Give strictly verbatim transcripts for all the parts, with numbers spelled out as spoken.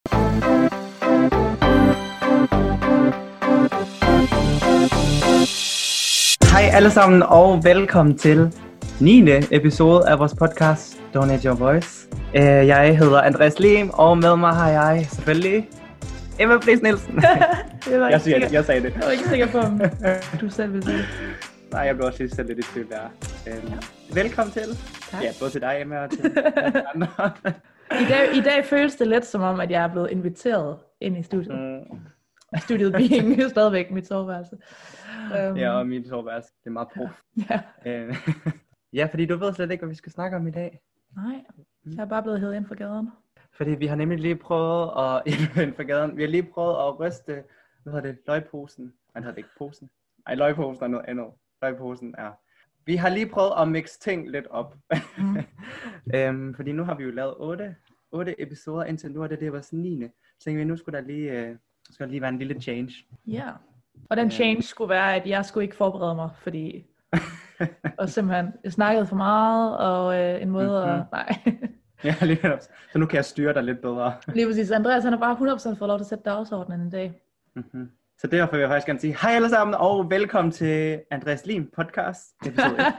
Hej alle sammen og velkommen til niende episode af vores podcast Donate Your Voice. Jeg hedder Andreas Lim, og med mig har jeg selvfølgelig Emma Friis Nielsen. jeg, siger det, jeg sagde det. Jeg var ikke sikker på, om du selv vil sige det. Nej, jeg blev også lige selv lidt i tvivl der. Øhm, ja. Velkommen til. Tak. Ja, både til dig, Emma, og til andre. I dag, I dag føles det lidt som om, at jeg er blevet inviteret ind i studiet. Mm. Studiet being stadigvæk mit soveværelse. Um, ja, og mit soveværelse. Det er meget pro. Ja. Øh, ja, fordi du ved slet ikke, hvad vi skal snakke om i dag. Nej, jeg er bare blevet hævet ind for gaden. Fordi vi har nemlig lige prøvet at ind for gaden. Vi har lige prøvet at ryste, hvad hedder det, løgposen. Han hedder det ikke posen. Nej, løgposen er noget andet. Løgposen er. Vi har lige prøvet at mixe ting lidt op. Mm. øhm, fordi nu har vi jo lavet otte, otte episoder indtil nu, og det, det var sådan niende. Så tænkte vi, nu skulle der lige, øh, skulle der lige være en lille change. Ja, yeah. Og den change skulle være, at jeg skulle ikke forberede mig, fordi og simpelthen, jeg snakkede for meget, og øh, en måde mm-hmm. at, nej. Ja, lige netop. Så nu kan jeg styre dig lidt bedre. Lige præcis. Andreas, han har bare hundrede procent fået lov til at sætte dagsordenen en dag. Mm-hmm. Så derfor vil jeg faktisk gerne sige, hej alle sammen, og velkommen til Andreas Lim podcast, episode et.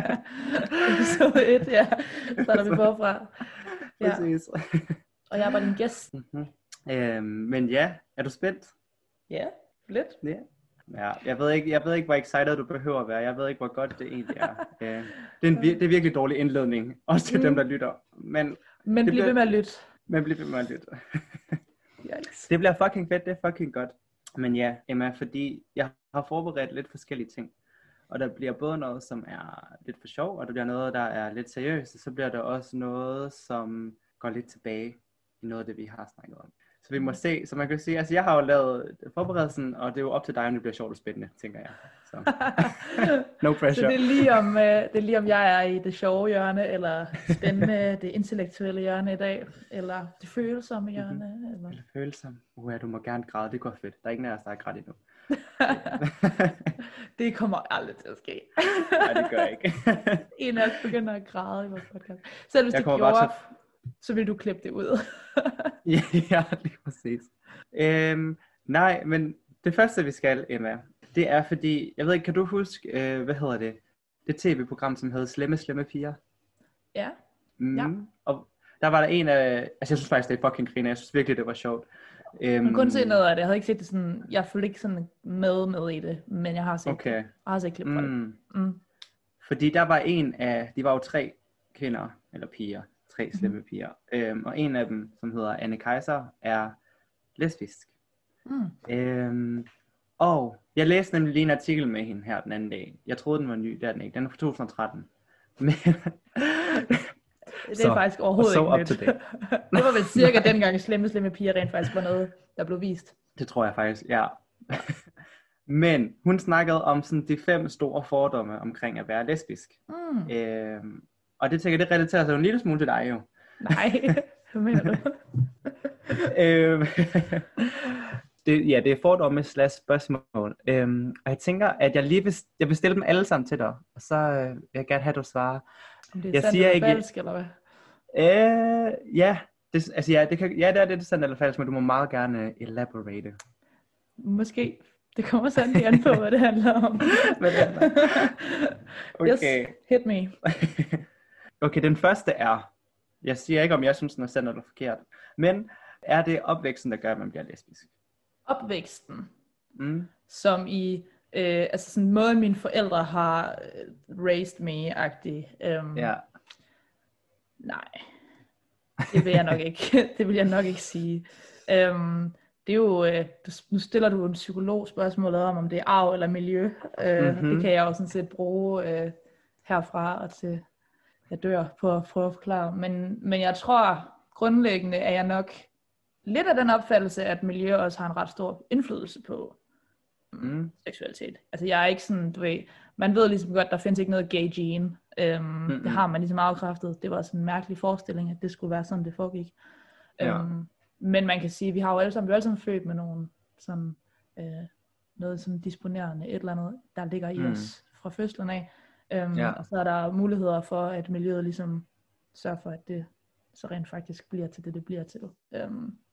episode et, ja. Så er der vi forfra. Ja. Præcis. Og jeg er bare din gæst. Mm-hmm. Øhm, men ja, er du spændt? Ja, lidt. Ja. Ja, jeg ved ikke, jeg ved ikke, hvor excited du behøver at være. Jeg ved ikke, hvor godt det egentlig er. Uh, det, er en, det er virkelig dårlig indledning, også til mm. dem, der lytter. Men, men bliv ved med at lytte. Men bliv ved med at lytte. Det bliver fucking fedt, det er fucking godt. Men ja, Emma, fordi jeg har forberedt lidt forskellige ting. Og der bliver både noget, som er lidt for sjov, og der bliver noget, der er lidt seriøst. Og så bliver der også noget, som går lidt tilbage i noget af det, vi har snakket om. Så vi må se, så man kan sige, altså jeg har jo lavet forberedelsen, og det er jo op til dig, om det bliver sjovt og spændende, tænker jeg. Så. No pressure. Så det er, lige om, uh, det er lige om jeg er i det sjove hjørne, eller spændende, det intellektuelle hjørne i dag, eller det følsomme hjørne. Mm-hmm. Eller, eller følsomme. Uh, du må gerne græde, det går fedt. Der er ingen af os, der er grædt endnu. Det kommer aldrig til at ske. Nej, det gør jeg ikke. En af os begynder at græde i vores podcast. Selv hvis jeg det gjorde, til... så vil du klippe det ud. Ja, ja, lige præcis. Øhm, nej, men det første vi skal, Emma, det er fordi, jeg ved ikke, kan du huske, øh, hvad hedder det, det tv-program, som hedder Slemme Slemme Piger? Ja. Mm, ja. Og der var der en af, altså jeg synes faktisk, det er fucking griner, jeg synes virkelig, det var sjovt. Øhm, men kun se noget af det, jeg havde ikke set det sådan, jeg følte ikke sådan med med i det, men jeg har set okay. det. Jeg har set klip fra mm. det. Mm. Fordi der var en af, de var jo tre kvinder, eller piger, tre slemme mm. piger. Øhm, og en af dem, som hedder Anne Kaiser, er lesbisk. Mm. Øhm, og jeg læste nemlig lige en artikel med hende her den anden dag. Jeg troede, den var ny, det er den ikke. Den er fra to tusind og tretten. Men det er så, faktisk overhovedet ikke nyt. Det var vel cirka dengang slemme, slemme piger rent faktisk var noget, der blev vist. Det tror jeg faktisk, ja. Men hun snakkede om sådan de fem store fordomme omkring at være lesbisk. Mm. Øhm, og det tænker jeg, det relaterer sig jo en lille smule til dig jo. Nej, hvad mener du? øhm, det, ja, det er fordomme slash spørgsmål. Øhm, og jeg tænker, at jeg lige vil, jeg vil stille dem alle sammen til dig. Og så øh, vil jeg gerne have, at du svarer. Om det er jeg sandt eller ikke, falsk, eller hvad? Øh, ja, det, altså, ja, det kan, ja, det er det, det er sandt eller falsk, men du må meget gerne elaborate. Måske. Det kommer sandt an på, hvad det handler om. Hvad det handler om. Okay. Yes, hit me. Okay, den første er, jeg siger ikke, om jeg synes, den er sandt eller forkert, men er det opvæksten, der gør, at man bliver lesbisk? Opvæksten? Mm. Som i, øh, altså sådan måden mine forældre har raised me-agtig. Um, ja. Nej, det vil jeg nok ikke. Det vil jeg nok ikke sige. Um, Det er jo, øh, nu stiller du en psykologspørgsmål om, om det er arv eller miljø. Øh, mm-hmm. Det kan jeg jo sådan set bruge øh, herfra og til jeg dør på at prøve at forklare. Men, men jeg tror grundlæggende, er jeg nok lidt af den opfattelse, at miljø også har en ret stor indflydelse på mm. seksualitet. Altså jeg er ikke sådan, du ved, man ved ligesom godt, der findes ikke noget gay gene. Øhm, mm-hmm. Det har man ligesom afkræftet. Det var sådan en mærkelig forestilling, at det skulle være sådan, det foregik. Ja. Øhm, Men man kan sige, at vi har jo alle sammen, vi er alle sammen født med nogle sådan, øh, noget sådan disponerende, et eller andet, der ligger i mm. os fra fødslen af. Øhm, ja. Og så er der muligheder for, at miljøet ligesom sørger for, at det så rent faktisk bliver til det, det bliver til. Øhm,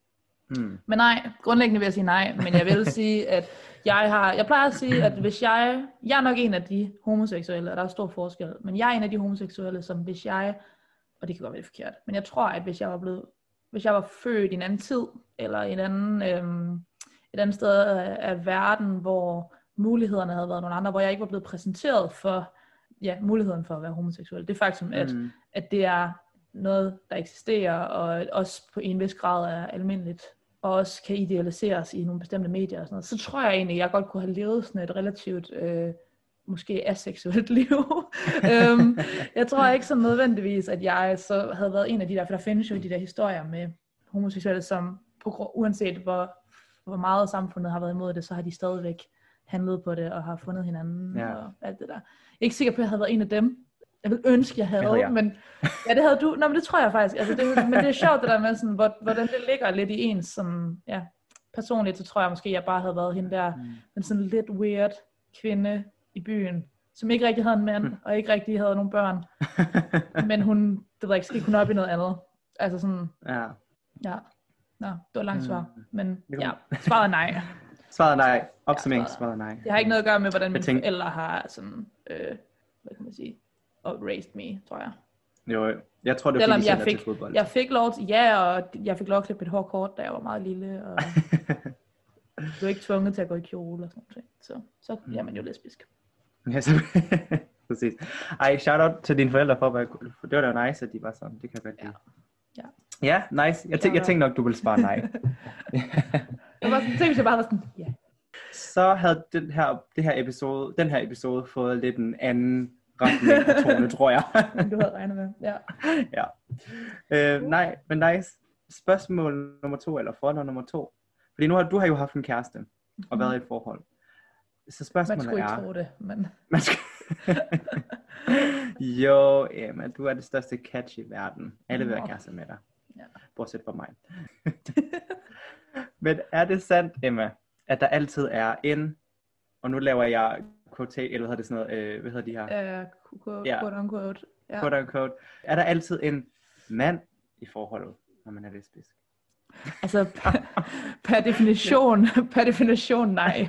Mm. Men nej, grundlæggende vil jeg sige nej, men jeg vil sige, at jeg har, jeg plejer at sige, at hvis jeg, jeg er nok en af de homoseksuelle, og der er stor forskel, men jeg er en af de homoseksuelle, som hvis jeg, og det kan godt være forkert, men jeg tror, at hvis jeg var blevet, hvis jeg var født i en anden tid, eller i en anden, øhm, et andet sted af, af verden, hvor mulighederne havde været nogle andre, hvor jeg ikke var blevet præsenteret for, ja, muligheden for at være homoseksuel. Det er faktum, at, mm. at det er noget, der eksisterer, og også på en vis grad er almindeligt, og også kan idealiseres i nogle bestemte medier og sådan noget, så tror jeg egentlig, at jeg godt kunne have levet sådan et relativt, øh, måske aseksuelt liv. um, jeg tror ikke så nødvendigvis, at jeg så havde været en af de der, for der findes jo de der historier med homoseksuelle, som på, uanset hvor, hvor meget samfundet har været imod det, så har de stadigvæk handlet på det, og har fundet hinanden, ja. Og alt det der. Jeg er ikke sikker på, at jeg havde været en af dem. Jeg vil ønske, jeg havde, jeg. men ja, det havde du. Nå, men det tror jeg faktisk. Altså, det, men det er sjovt, det der med, sådan, hvordan det ligger lidt i ens, sådan, ja, personligt, så tror jeg måske, jeg bare havde været hende der, mm. en sådan lidt weird kvinde i byen, som ikke rigtig havde en mand, og ikke rigtig havde nogen børn, men hun, det ved jeg ikke, skal kunne op i noget andet. Altså sådan, ja. Ja. Nå, det var langt svar, mm. men ja, svaret er nej. Svaret er nej. Opsummering, ja, svaret er nej. Det har ikke noget at gøre med, hvordan mine tænker... forældre har sådan, øh, hvad kan man sige, raised me, tror jeg. Jo, jeg tror, det var fordi, jeg fik, til fodbold. Jeg fik lov til, ja, og jeg fik lov at klippe et hår kort, da jeg var meget lille, og du er ikke tvunget til at gå i kjole og sådan noget. Så, så mm. er man jo lesbisk. Ja, så præcis. Ej, shout out til dine forældre for at være, det var da nice, at de var sådan, det kan jeg godt lide. Ja. Ja, ja, nice. Jeg, tænk, jeg tænkte nok, du ville svare nej. Jeg var sådan, tænkte, jeg bare var sådan, ja. Så havde den her, det her episode, den her episode fået lidt en anden retning på tone, tror jeg. Du havde regnet med, ja. Ja. Øh, nej, men nice. Spørgsmål nummer to, eller forhold nummer to. Fordi nu har du har jo haft en kæreste, og mm-hmm. været i et forhold. Så spørgsmålet er... Man skulle ikke tro det, men... Man skal... jo, Emma, du er det største catch i verden. Alle vil være kærester med dig. Ja. Bortset fra mig. Men er det sandt, Emma, at der altid er en, og nu laver jeg quote, eller hvad hedder det sådan noget, øh, hvad hedder de her? Uh, quote unquote. Ja. Quote unquote. Er der altid en mand i forholdet, når man er lesbisk? Altså, per definition, per definition nej.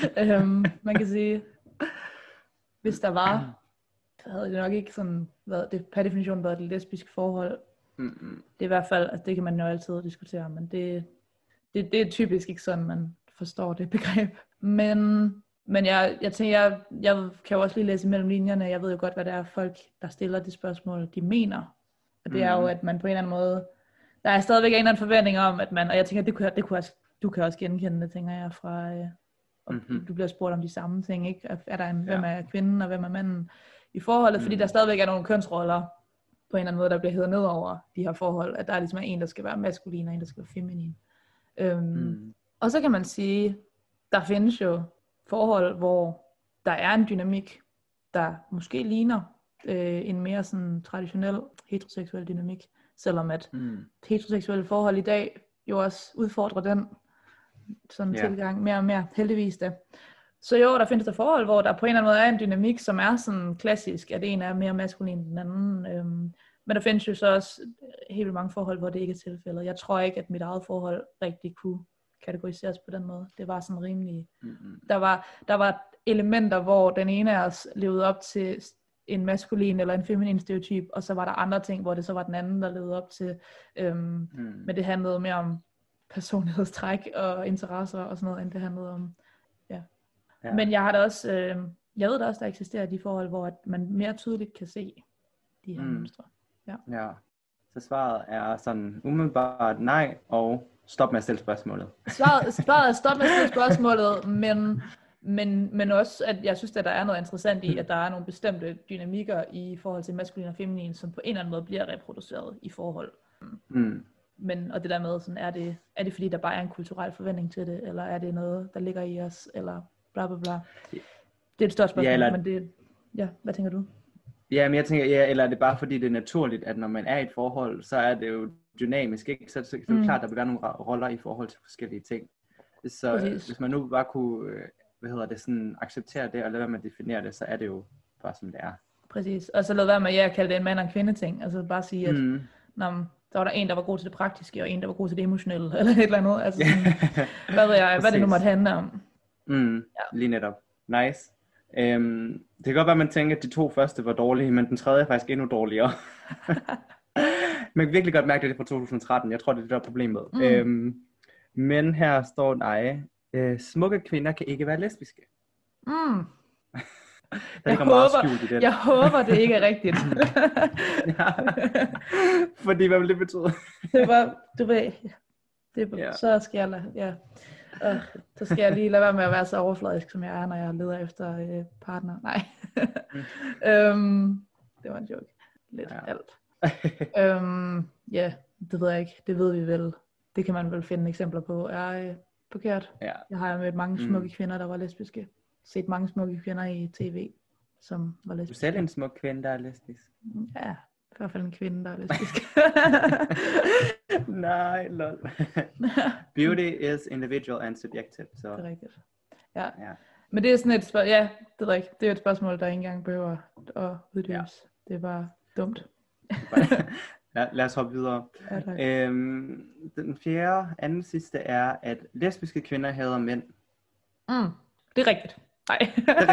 um, man kan sige, hvis der var, så havde det nok ikke sådan været, det per definition været et lesbisk forhold. Mm-hmm. Det er i hvert fald, altså det kan man jo altid diskutere, men det, det, det er typisk ikke sådan, man forstår det begreb. Men, men jeg, jeg tænker, jeg, jeg kan jo også lige læse imellem linjerne, jeg ved jo godt, hvad det er folk, der stiller de spørgsmål, de mener. Og det er jo, at man på en eller anden måde, der er stadigvæk en eller anden forventning om, at man, og jeg tænker, det kunne, det kunne også, du kan også genkende det, tænker jeg, fra, øh, mm-hmm. du bliver spurgt om de samme ting, ikke? Er der en, ja. Hvem er kvinden, og hvem er manden i forholdet, mm. fordi der stadigvæk er nogle kønsroller, på en eller anden måde, der bliver hævet ned over de her forhold, at der er ligesom en, der skal være maskulin, og en, der skal være feminin. Øhm, mm. Og så kan man sige, der findes jo forhold, hvor der er en dynamik, der måske ligner øh, en mere sådan traditionel heteroseksuel dynamik, selvom at mm. heteroseksuelle forhold i dag jo også udfordrer den sådan yeah. tilgang mere og mere, heldigvis det. Så jo, der findes der forhold, hvor der på en eller anden måde er en dynamik, som er sådan klassisk, at en er mere maskulin end den anden. Øhm, men der findes jo så også helt vildt mange forhold, hvor det ikke er tilfældet. Jeg tror ikke, at mit eget forhold rigtig kunne kategoriseres på den måde. Det var sådan rimelig... Mm-hmm. Der var, der var elementer, hvor den ene af os levede op til en maskulin eller en feminin stereotyp, og så var der andre ting, hvor det så var den anden, der levede op til... Øhm, mm. Men det handlede mere om personlighedstræk og interesser og sådan noget, end det handlede om... Ja. Ja. Men jeg har da også, øh, jeg ved da også, der eksisterer de forhold, hvor at man mere tydeligt kan se de her mm. mønstre. Ja. Ja. Så svaret er sådan umiddelbart nej, og stop med at stille spørgsmålet. Svaret, svaret er stop med at stille spørgsmålet, men, men, men også, at jeg synes, at der er noget interessant i, at der er nogle bestemte dynamikker i forhold til maskulin og feminin, som på en eller anden måde bliver reproduceret i forhold. Mm. Men, og det der med, sådan, er, det, er det fordi, der bare er en kulturel forventning til det, eller er det noget, der ligger i os, eller... Bla, bla, bla. Det er et stort spørgsmål, ja, eller... men det... Ja, hvad tænker du? Ja, men jeg tænker, ja, eller er det bare fordi, det er naturligt, at når man er i et forhold, så er det jo dynamisk, ikke? Så, så, så er det mm. klart, at der vil være nogle roller i forhold til forskellige ting. Så Præcis. Hvis man nu bare kunne, hvad hedder det, sådan acceptere det, og lade være med at definere det, så er det jo bare som det er. Præcis, og så lad være med, at jeg kalder det en mand og en kvinde ting. Altså bare sige, at mm. når, der var der en, der var god til det praktiske, og en, der var god til det emotionelle, eller et eller andet. Altså sådan, hvad ved jeg, hvad det nu måtte handle om. Mm, ja. Lige netop. Nice. Øhm, det kan godt være, at man tænker, at de to første var dårlige, men den tredje er faktisk endnu dårligere. Man kan virkelig godt mærke, at det er fra to tusind og tretten. Jeg tror, det er det, der er problemet. Mm. Øhm, men her står nej. Øh, smukke kvinder kan ikke være lesbiske. Mm. Der jeg, håber, i den. jeg håber, det ikke er rigtigt. Ja. Fordi hvad vil det betyde? Det var, du ved, det, ja. Så skal jeg lade, ja. Øh, så skal jeg lige lade være med at være så overfladisk, som jeg er, når jeg leder efter øh, partner. Nej. mm. øhm, det var en joke. Lidt ja. alt. øhm, ja, det ved jeg ikke. Det ved vi vel. Det kan man vel finde eksempler på. Er øh, forkert. Ja. Jeg har mødt mange smukke mm. kvinder, der var lesbiske. Set mange smukke kvinder i tv, som var lesbiske. Du selv en smuk kvinde, der er lesbisk? Ja, i hvert fald en kvinde, der er lesbisk. Nej, lol. Beauty is individual and subjective. Så. Det er rigtigt. Ja. ja. Men det er sådan et spørgsmål, ja, det er rigtigt. Det er et spørgsmål, der ikke engang behøver at uddybes. Ja. Det er bare dumt. Ja, lad os hoppe videre. Ja, øhm, den fjerde, anden sidste er, at lesbiske kvinder hader mænd. Mm, det er rigtigt. Nej. Det er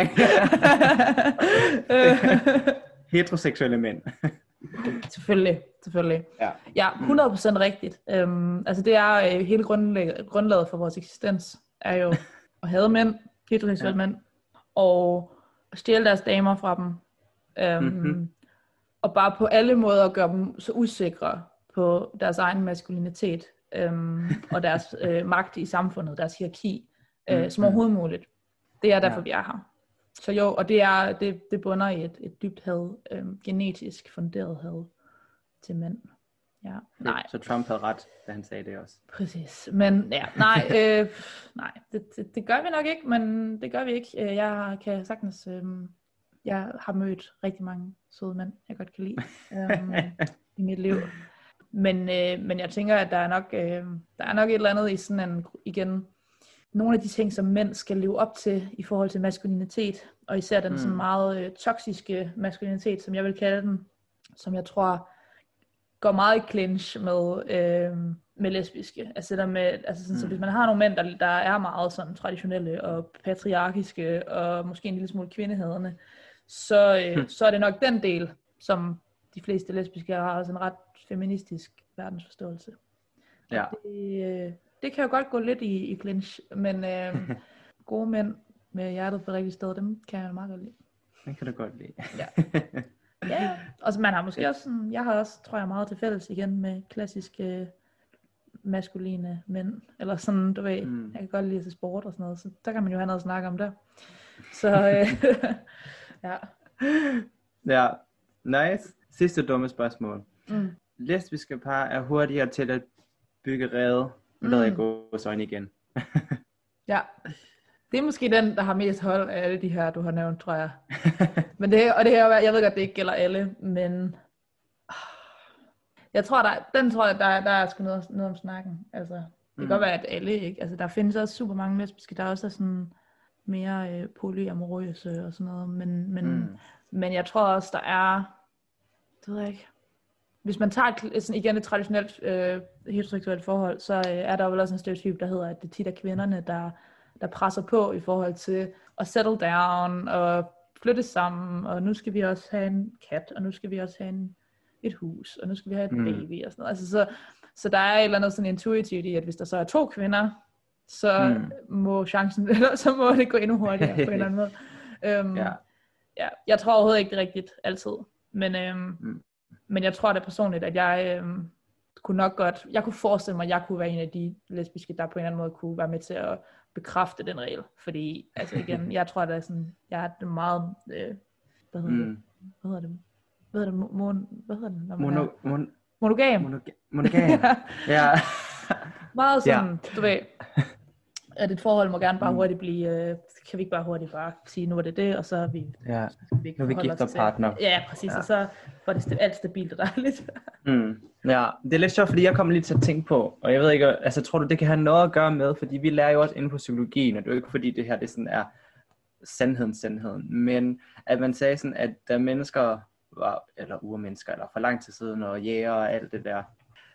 rigtigt. Heteroseksuelle mænd. Selvfølgelig, selvfølgelig. Ja, ja hundrede procent rigtigt. Øhm, altså det er øh, hele grundlag, grundlaget for vores eksistens, er jo at hade mænd, heteroseksuelle ja. mænd, og stjæle deres damer fra dem. Øhm, mm-hmm. Og bare på alle måder gøre dem så usikre på deres egen maskulinitet, øhm, og deres øh, magt i samfundet, deres hierarki, øh, mm-hmm. som overhovedet muligt. Det er derfor, ja. vi er her. Så jo, og det er det, det bunder i et, et dybt had, øhm, genetisk funderet had til mænd. Ja, nej. Så Trump havde ret, da han sagde det også. Præcis, men ja, nej, øh, nej, det, det, det gør vi nok ikke, men det gør vi ikke. Jeg kan sagtens, øh, jeg har mødt rigtig mange søde mænd, jeg godt kan lide øh, i mit liv. Men, øh, men jeg tænker, at der er nok, øh, der er nok et eller andet i sådan en, igen, nogle af de ting, som mænd skal leve op til i forhold til maskulinitet, og især den mm. sådan meget øh, toksiske maskulinitet, som jeg vil kalde den, som jeg tror går meget i clinch med, øh, med lesbiske. Altså, der med, altså sådan, mm. så hvis man har nogle mænd, der, der er meget sådan traditionelle og patriarkiske, og måske en lille smule kvindehadende, så, øh, mm. så er det nok den del, som de fleste lesbiske har, altså en ret feministisk verdensforståelse. Ja. Det, øh, det kan jo godt gå lidt i, i clinch, men øh, gode mænd med hjertet på det rigtige sted, dem kan jeg meget godt lide. Det kan du godt lide. Ja. Ja, og så man har måske også sådan, jeg har også, tror jeg, meget til fælles igen med klassiske maskuline mænd, eller sådan, du ved, mm. jeg kan godt lide at se sport og sådan noget, så der kan man jo have noget at snakke om der. Så, øh, ja. Ja, nice. Sidste dumme spørgsmål. Mm. Lesbiske par er hurtigere til at bygge rede, mm. lader jeg gå så ind igen. Ja. Det er måske den, der har mest hold af alle de her, du har nævnt, tror jeg. Men det, og det her, jeg ved godt, det ikke gælder alle, men jeg tror, der, den tror jeg, der, der er sgu noget, noget om snakken. Altså, det kan mm. godt være, at alle ikke. Altså, der findes også super mange lesbiske, der også er sådan mere øh, polyamorøse og sådan noget. Men, men, mm. men jeg tror også, der er, det ved jeg ikke. Hvis man tager et, sådan igen et traditionelt øh, heteroseksuelt forhold, så øh, er der jo også en stereotyp, der hedder, at det tit er kvinderne, der der presser på i forhold til at settle down og flytte sammen, og nu skal vi også have en kat, og nu skal vi også have en, et hus, og nu skal vi have et mm. baby og sådan noget. Altså, så, så der er et eller andet sådan intuitivt i, at hvis der så er to kvinder, så mm. må chancen, eller så må det gå endnu hurtigere på en eller anden måde. Um, ja. Ja, jeg tror overhovedet ikke det er rigtigt altid, men, øhm, mm. men jeg tror det personligt, at jeg øhm, kunne nok godt, jeg kunne forestille mig, at jeg kunne være en af de lesbiske, der på en eller anden måde kunne være med til at bekræfte den regel, fordi altså igen, jeg tror, at er sådan, jeg er meget, øh, hvad hedder mm. det, hvad hedder det, hvad hedder det, mon, hvad hedder det, når man Mono, er mon, monogam, monoga- monogam, ja, ja. Meget sådan, ja. Du ved, at et forhold må gerne bare hurtigt blive, øh, kan vi ikke bare hurtigt bare sige, nu er det det, og så er vi, ja. vi nu er vi gift og partner. Ja, præcis, ja. Og så får det st- alt stabilt og dejligt. mm. Ja, det er lidt sjovt, fordi jeg kommer lige til at tænke på, og jeg ved ikke, altså tror du, det kan have noget at gøre med, fordi vi lærer jo også inden på psykologien, og det er jo ikke fordi det her, det sådan er sandheden, sandheden, men at man sagde sådan, at da mennesker var, eller urmennesker, eller for lang tid siden, og jæger og alt det der,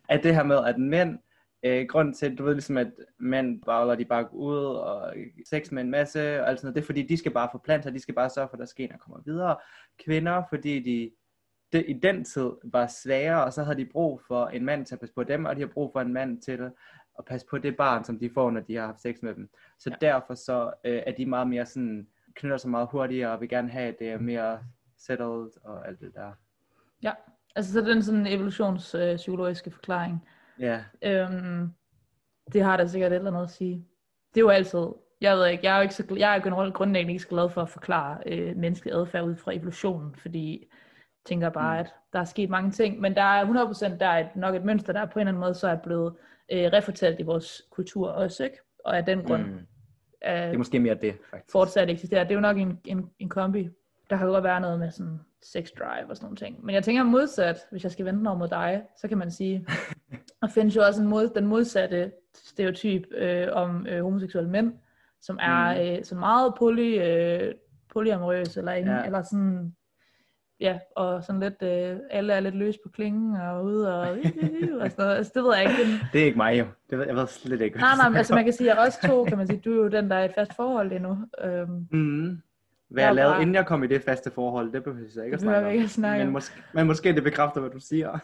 at det her med, at mænd, øh, grunden til, du ved ligesom, at mænd bare lader de bare gå ud og sex med en masse, og alt sådan noget, det er fordi, de skal bare forplante sig, de skal bare sørge for, at deres gener kommer videre. Kvinder, fordi de det, i den tid var svagere, og så havde de brug for en mand til at passe på dem, og de har brug for en mand til at passe på det barn, som de får, når de har haft sex med dem. Så ja. Derfor så øh, er de meget mere sådan, knytter sig meget hurtigere, og vil gerne have, at det er mere settled, og alt det der. Ja, altså så er den sådan evolutionspsykologiske øh, forklaring. Ja. Øhm, det har da sikkert et eller andet at sige. Det er jo altid, jeg ved ikke, jeg er jo ikke så, jeg er generelt grundlæggende ikke så glad for at forklare øh, menneskelig adfærd ud fra evolutionen, fordi tænker bare, at der er sket mange ting, men der er hundrede procent der er et, nok et mønster, der på en eller anden måde så er blevet øh, refortalt i vores kultur også, ikke? Og af den grund Mm. Det er måske mere det, faktisk. Fortsat eksisterer. Det er jo nok en, en, en kombi. Der kan godt være noget med sådan sex drive og sådan nogle ting. Men jeg tænker modsat, hvis jeg skal vende over mod dig, så kan man sige, der findes jo også en mod, den modsatte stereotyp øh, om øh, homoseksuelle mænd, som er mm. øh, sådan meget poly, øh, polyamorøse, eller, ja. eller sådan, ja, og sådan lidt, øh, alle er lidt løs på klingen, og ude og, og sådan noget. Altså, det ved jeg ikke. Den... Det er ikke mig jo. Det ved jeg ved slet ikke. Nej, nej, men altså man kan sige, at os to, kan man sige, du er jo den, der er i et fast forhold endnu. Øhm, mm. Hvad jeg, jeg lavede, bare... inden jeg kom i det faste forhold, det behøver jeg ikke at snakke om. Ikke at snakke. Men, måske, men måske det bekræfter, hvad du siger.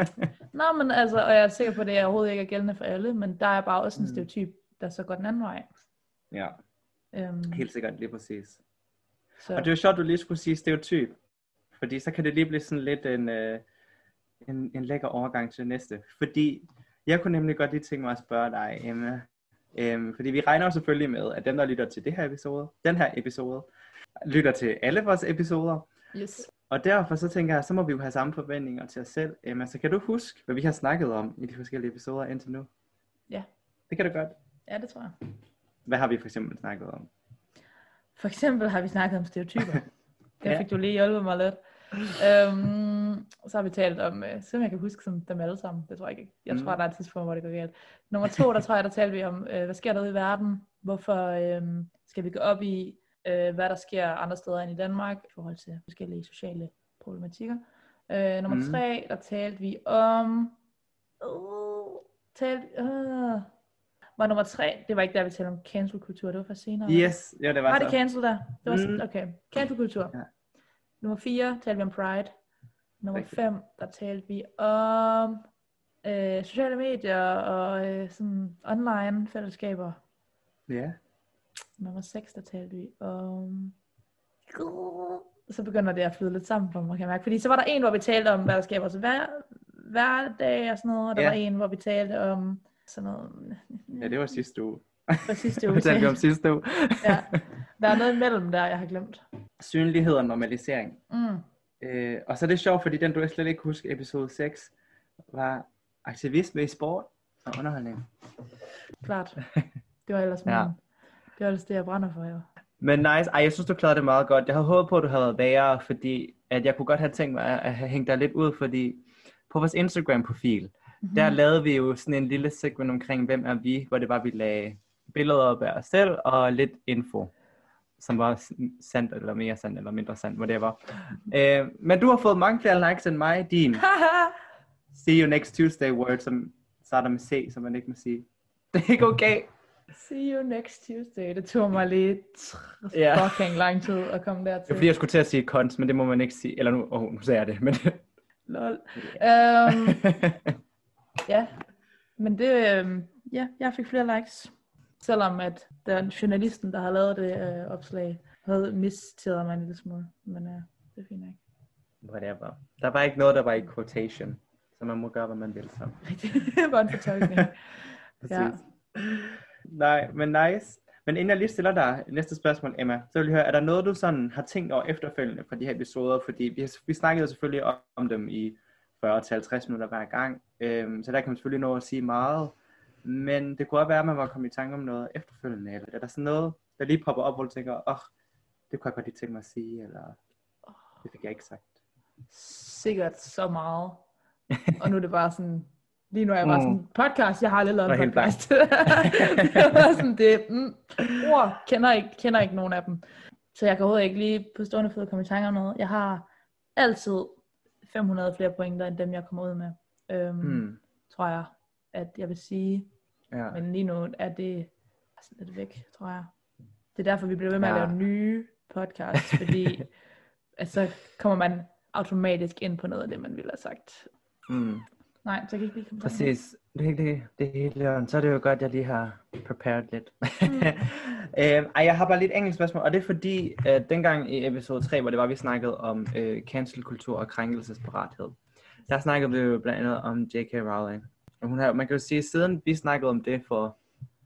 Nå, men altså, og jeg er sikker på, at det er overhovedet ikke er gældende for alle, men der er bare også en stereotyp, der så går den anden vej. Ja, øhm, helt sikkert, lige præcis. Så. Og det er jo sjovt, du lige skulle sige stereotyp, fordi så kan det lige blive sådan lidt en, øh, en, en lækker overgang til det næste. Fordi jeg kunne nemlig godt lige tænke mig at spørge dig, Emma, øhm, fordi vi regner jo selvfølgelig med, at dem, der lytter til det her episode, den her episode, lytter til alle vores episoder. Yes. Og derfor så tænker jeg, så må vi jo have samme forventninger til os selv. Emma, så kan du huske, hvad vi har snakket om i de forskellige episoder indtil nu? Ja. Det kan du godt. Ja, det tror jeg. Hvad har vi for eksempel snakket om? For eksempel har vi snakket om stereotyper. Ja. Jeg fik du lige hjulpet mig lidt. øhm, så har vi talt om, øh, så jeg kan huske som dem alle sammen. Det tror jeg ikke. Jeg tror, mm. der er et tidspunkt, hvor det går galt. Nummer to, der tror jeg, der talte vi om, øh, hvad sker der ude i verden? Hvorfor øh, skal vi gå op i, øh, hvad der sker andre steder end i Danmark, i forhold til forskellige sociale problematikker. Øh, nummer mm. tre, der talte vi om, uh, talte, uh, var nummer tre, det var ikke der, vi talte om cancel-kultur, det var for senere. Yes, ja, det var Var så. det cancel der? Det var Mm. okay. Cancel-kultur. Ja. Nummer fire, talte vi om Pride. Nummer Rigtig. fem, der talte vi om øh, sociale medier og øh, sådan online fællesskaber. Ja. Yeah. Nummer seks, der talte vi om... Så begynder det at flyde lidt sammen for mig, kan jeg mærke. Fordi så var der en, hvor vi talte om, hvad der sker vores hver, hverdag og sådan noget. Og der yeah. var en, hvor vi talte om sådan noget... Ja, det var sidste uge. For sidste uge. Det talte vi om sidste uge. Ja. Der er noget imellem der, jeg har glemt. Synlighed og normalisering. Mm. Øh, og så er det sjovt, fordi den du slet ikke huske, episode seks, var aktivisme i sport og underholdning. Klart. Det var ellers min, ja. Det var ellers det, jeg brænder for, jo. Men nice. Ej, jeg synes, du klarede det meget godt. Jeg havde håbet på, at du havde været værre, fordi at jeg kunne godt have tænkt mig at have hængt dig lidt ud, fordi på vores Instagram-profil, mm-hmm. der lavede vi jo sådan en lille segment omkring, hvem er vi, hvor det var, vi lagde billeder op af os selv og lidt info, som var sandt eller mere sandt eller mindre sandt, whatever. Øh, men du har fået mange flere likes end mig, din See you next Tuesday word, som starter med C, som man ikke må sige. Det er ikke okay. See you next Tuesday. Det tog mig lige yeah. fucking lang tid at komme dertil. Det er fordi, jeg skulle til at sige kont, men det må man ikke sige. Eller nu, oh, nu sagde jeg det, men... Lol. Yeah. Um, ja, men det... Um, ja, jeg fik flere likes. Selvom at den journalisten, der har lavet det øh, opslag, havde misteret mig en lille smule. Men øh, det er fint ikke. Whatever. Der var ikke noget, der var i quotation. Så man må gøre, hvad man vil så. Det var en fortolkning. Ja. Nej, men nice. Men inden jeg lige stiller dig næste spørgsmål, Emma, så vil jeg høre, er der noget, du sådan har tænkt over efterfølgende fra de her episoder? Fordi vi, har, vi snakkede selvfølgelig om, om dem i fyrre til halvtreds minutter hver gang. Øhm, så der kan man selvfølgelig nå at sige meget. Men det kunne også være, at man var kommet i tanke om noget efterfølgende. Eller er der sådan noget, der lige popper op, hvor du tænker, åh, oh, det kunne jeg godt lige tænke mig at sige, eller det fik jeg ikke sagt. Sikkert så meget. Og nu er det bare sådan, lige nu er jeg bare sådan, podcast, jeg har aldrig lavet en podcast. Det var sådan, det, mm, ord, kender ikke, kender ikke nogen af dem. Så jeg kan overhovedet ikke lige på stående fod komme i tanke om noget. Jeg har altid fem hundrede flere pointer, end dem jeg kommer ud med. Øhm, hmm. tror jeg, at jeg vil sige. Ja. Men lige nu er det altså lidt væk, tror jeg. Det er derfor, vi bliver ved med Ja. at lave nye podcasts, fordi at så kommer man automatisk ind på noget af det, man ville have sagt. Mm. Nej, så jeg kan ikke lige komme til Præcis. Det er det, det er helt løgn. Så er det jo godt, at jeg lige har prepared lidt. Mm. øhm, ej, jeg har bare lidt enkelt spørgsmål, og det er fordi, at dengang i episode tre, hvor det var, vi snakkede om øh, cancelkultur og krænkelsesparathed, der snakkede vi jo blandt andet om J K. Rowling. Og hun har, man kan jo sige, siden vi snakkede om det for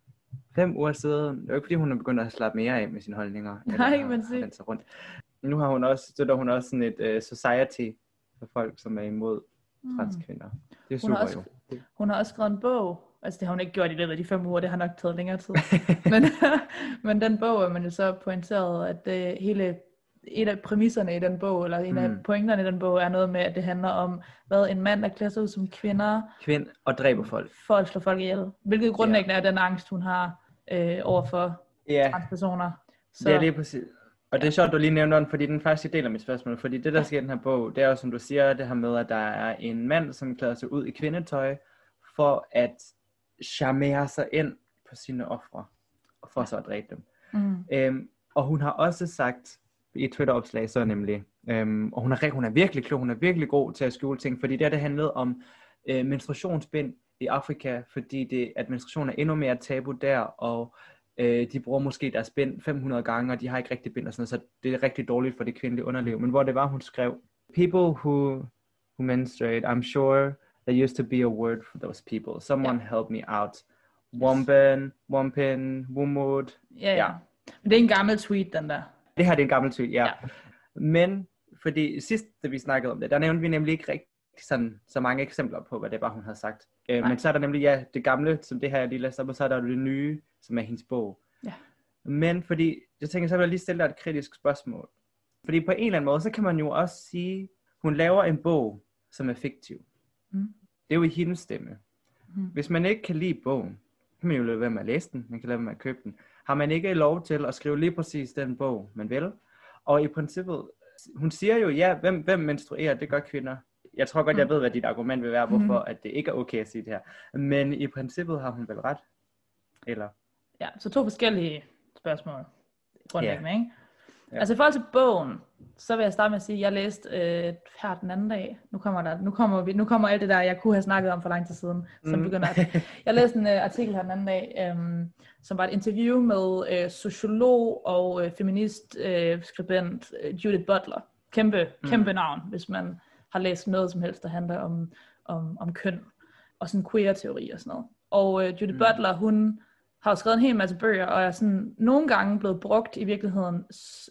fem uger siden, det er jo ikke fordi, hun er begyndt at slappe mere af med sine holdninger. Nej, men sig. Sig. Rundt. Nu har hun også, støtter hun også sådan et uh, society for folk, som er imod transkvinder. Det er super hun har også, jo. Hun har også skrevet en bog. Altså det har hun ikke gjort i løbet af de fem uger, det har nok taget længere tid. men, men den bog er man jo så pointeret, at det hele, et af præmisserne i den bog, eller en mm. af pointerne i den bog, er noget med, at det handler om, hvad en mand, der klæder sig ud som kvinder. Kvind og dræber folk. For at slå folk ihjel. Hvilket grundlæggende yeah. er den angst, hun har øh, overfor yeah. transpersoner. Så... Det er lige præcis. Og det er sjovt, du lige nævner den, fordi den faktisk del af mit spørgsmål. Fordi det, der sker i den her bog, det er jo, som du siger, det her med, at der er en mand, som klæder sig ud i kvindetøj, for at charmere sig ind på sine ofre, og for så at dræbe dem. Mm. Øhm, og hun har også sagt i et Twitter-opslag, så nemlig, øhm, og hun er, hun er virkelig klog, hun er virkelig god til at skjule ting, fordi det, det handlede om øh, menstruationsbind i Afrika, fordi det, at menstruation er endnu mere tabu der, og øh, de bruger måske deres bind fem hundrede gange, og de har ikke rigtig bind og sådan noget, så det er rigtig dårligt for det kvindelige underliv. Men hvor det var, hun skrev, people who, who menstruate, I'm sure there used to be a word for those people. Someone yeah. help me out. Womben, wompin, womod. Ja, ja. Men det er en gammel tweet, den der. Det her det er en gammel tweet, ja. ja. Men, fordi sidst, da vi snakkede om det, der nævnte vi nemlig ikke rigtig sådan, så mange eksempler på, hvad det var, hun havde sagt. Øh, men så er der nemlig, ja, det gamle, som det her jeg lige læste op, og så er der det nye, som er hendes bog. Ja. Men fordi, jeg tænker, så vil jeg lige stille dig et kritisk spørgsmål. Fordi på en eller anden måde, så kan man jo også sige, hun laver en bog, som er fiktiv. Mm. Det er jo i hendes stemme. Mm. Hvis man ikke kan lide bogen, kan man jo lade være med at læse den, man kan lade være med at købe den. Har man ikke lov til at skrive lige præcis den bog, man vil? Og i princippet, hun siger jo, ja, hvem, hvem menstruerer, det gør kvinder. Jeg tror godt, mm. jeg ved, hvad dit argument vil være, hvorfor mm. at det ikke er okay at sige det her. Men i princippet har hun vel ret? Eller? Ja, så to forskellige spørgsmål. Grundlæggende, yeah. ikke? Ja. Altså i forhold til bogen, så vil jeg starte med at sige, at jeg læste øh, her den anden dag. Nu kommer, der, nu, kommer vi, nu kommer alt det der, jeg kunne have snakket om for lang tid siden. Som mm. begynder at, jeg læste en uh, artikel her den anden dag, um, som var et interview med uh, sociolog og uh, feminist uh, skribent uh, Judith Butler. Kæmpe, mm. kæmpe navn, hvis man har læst noget som helst, der handler om, om, om køn og sådan queer-teori og sådan noget. Og uh, Judith mm. Butler, hun har jo skrevet en hel masse bøger, og er sådan nogle gange blevet brugt i virkeligheden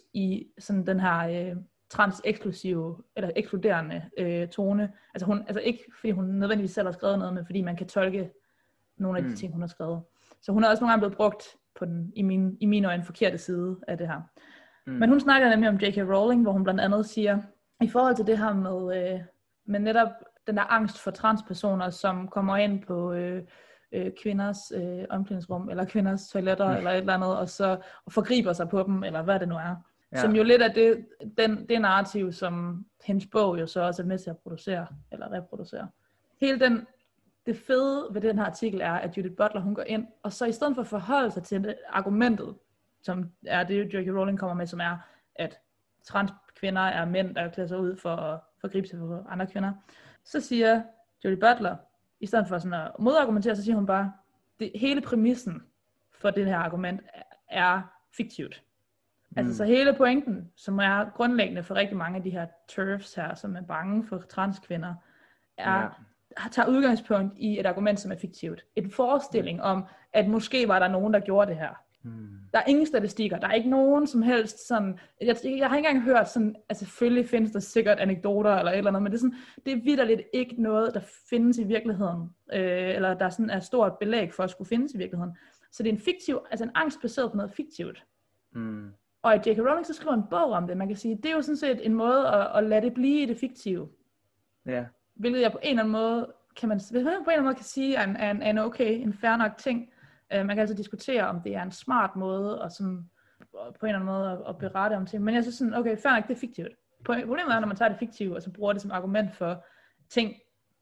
i sådan den her øh, trans-eksklusive, eller ekskluderende øh, tone. Altså, hun, altså ikke fordi hun nødvendigvis selv har skrevet noget, men fordi man kan tolke nogle af de mm. ting, hun har skrevet. Så hun er også nogle gange blevet brugt på den, i min, i mine øjne, forkerte side af det her. Mm. Men hun snakker nemlig om J K. Rowling, hvor hun blandt andet siger, i forhold til det her med, øh, med netop den der angst for transpersoner, som kommer ind på Øh, Øh, kvinders øh, omklædningsrum, eller kvinders toiletter, mm. eller et eller andet, og så og forgriber sig på dem, eller hvad det nu er. Ja. Som jo lidt af det, den, det narrativ, som hendes bog jo så også er med til at producere, eller reproducere. Hele den, det fede ved den her artikel er, at Judith Butler, hun går ind, og så i stedet for at forholde sig til det, argumentet, som er det, J K. Rowling kommer med, som er, at transkvinder er mænd, der klæder sig ud for at forgribe sig på andre kvinder, så siger Judith Butler, i stedet for sådan at modargumentere, så siger hun bare, det hele præmissen for det her argument er fiktivt. Mm. Altså så hele pointen, som er grundlæggende for rigtig mange af de her turfs her, som er bange for transkvinder, er, ja. tager udgangspunkt i et argument, som er fiktivt. En forestilling mm. om, at måske var der nogen, der gjorde det her. Mm. Der er ingen statistikker, der er ikke nogen som helst sådan, jeg, jeg har ikke engang hørt sådan, altså selvfølgelig findes der sikkert anekdoter eller et eller andet, men det er, sådan, det er vitterligt ikke noget, der findes i virkeligheden, øh, eller der sådan er stort belæg for at skulle findes i virkeligheden. Så det er en fiktiv, altså en angst baseret på noget fiktivt. Mm. Og i J K. Rowling så skriver en bog om det, man kan sige, det er jo sådan set en måde at, at lade det blive i det fiktive. Yeah. Hvilket jeg på en eller anden måde, kan man, på en eller anden måde kan sige, er en, er en, er en okay, en fair nok ting. Man kan altså diskutere, om det er en smart måde, og sådan, på en eller anden måde at, at berette om ting. Men jeg synes sådan, okay, fair nok, det er fiktivt. Problemet er, når man tager det fiktive, og så bruger det som argument for ting,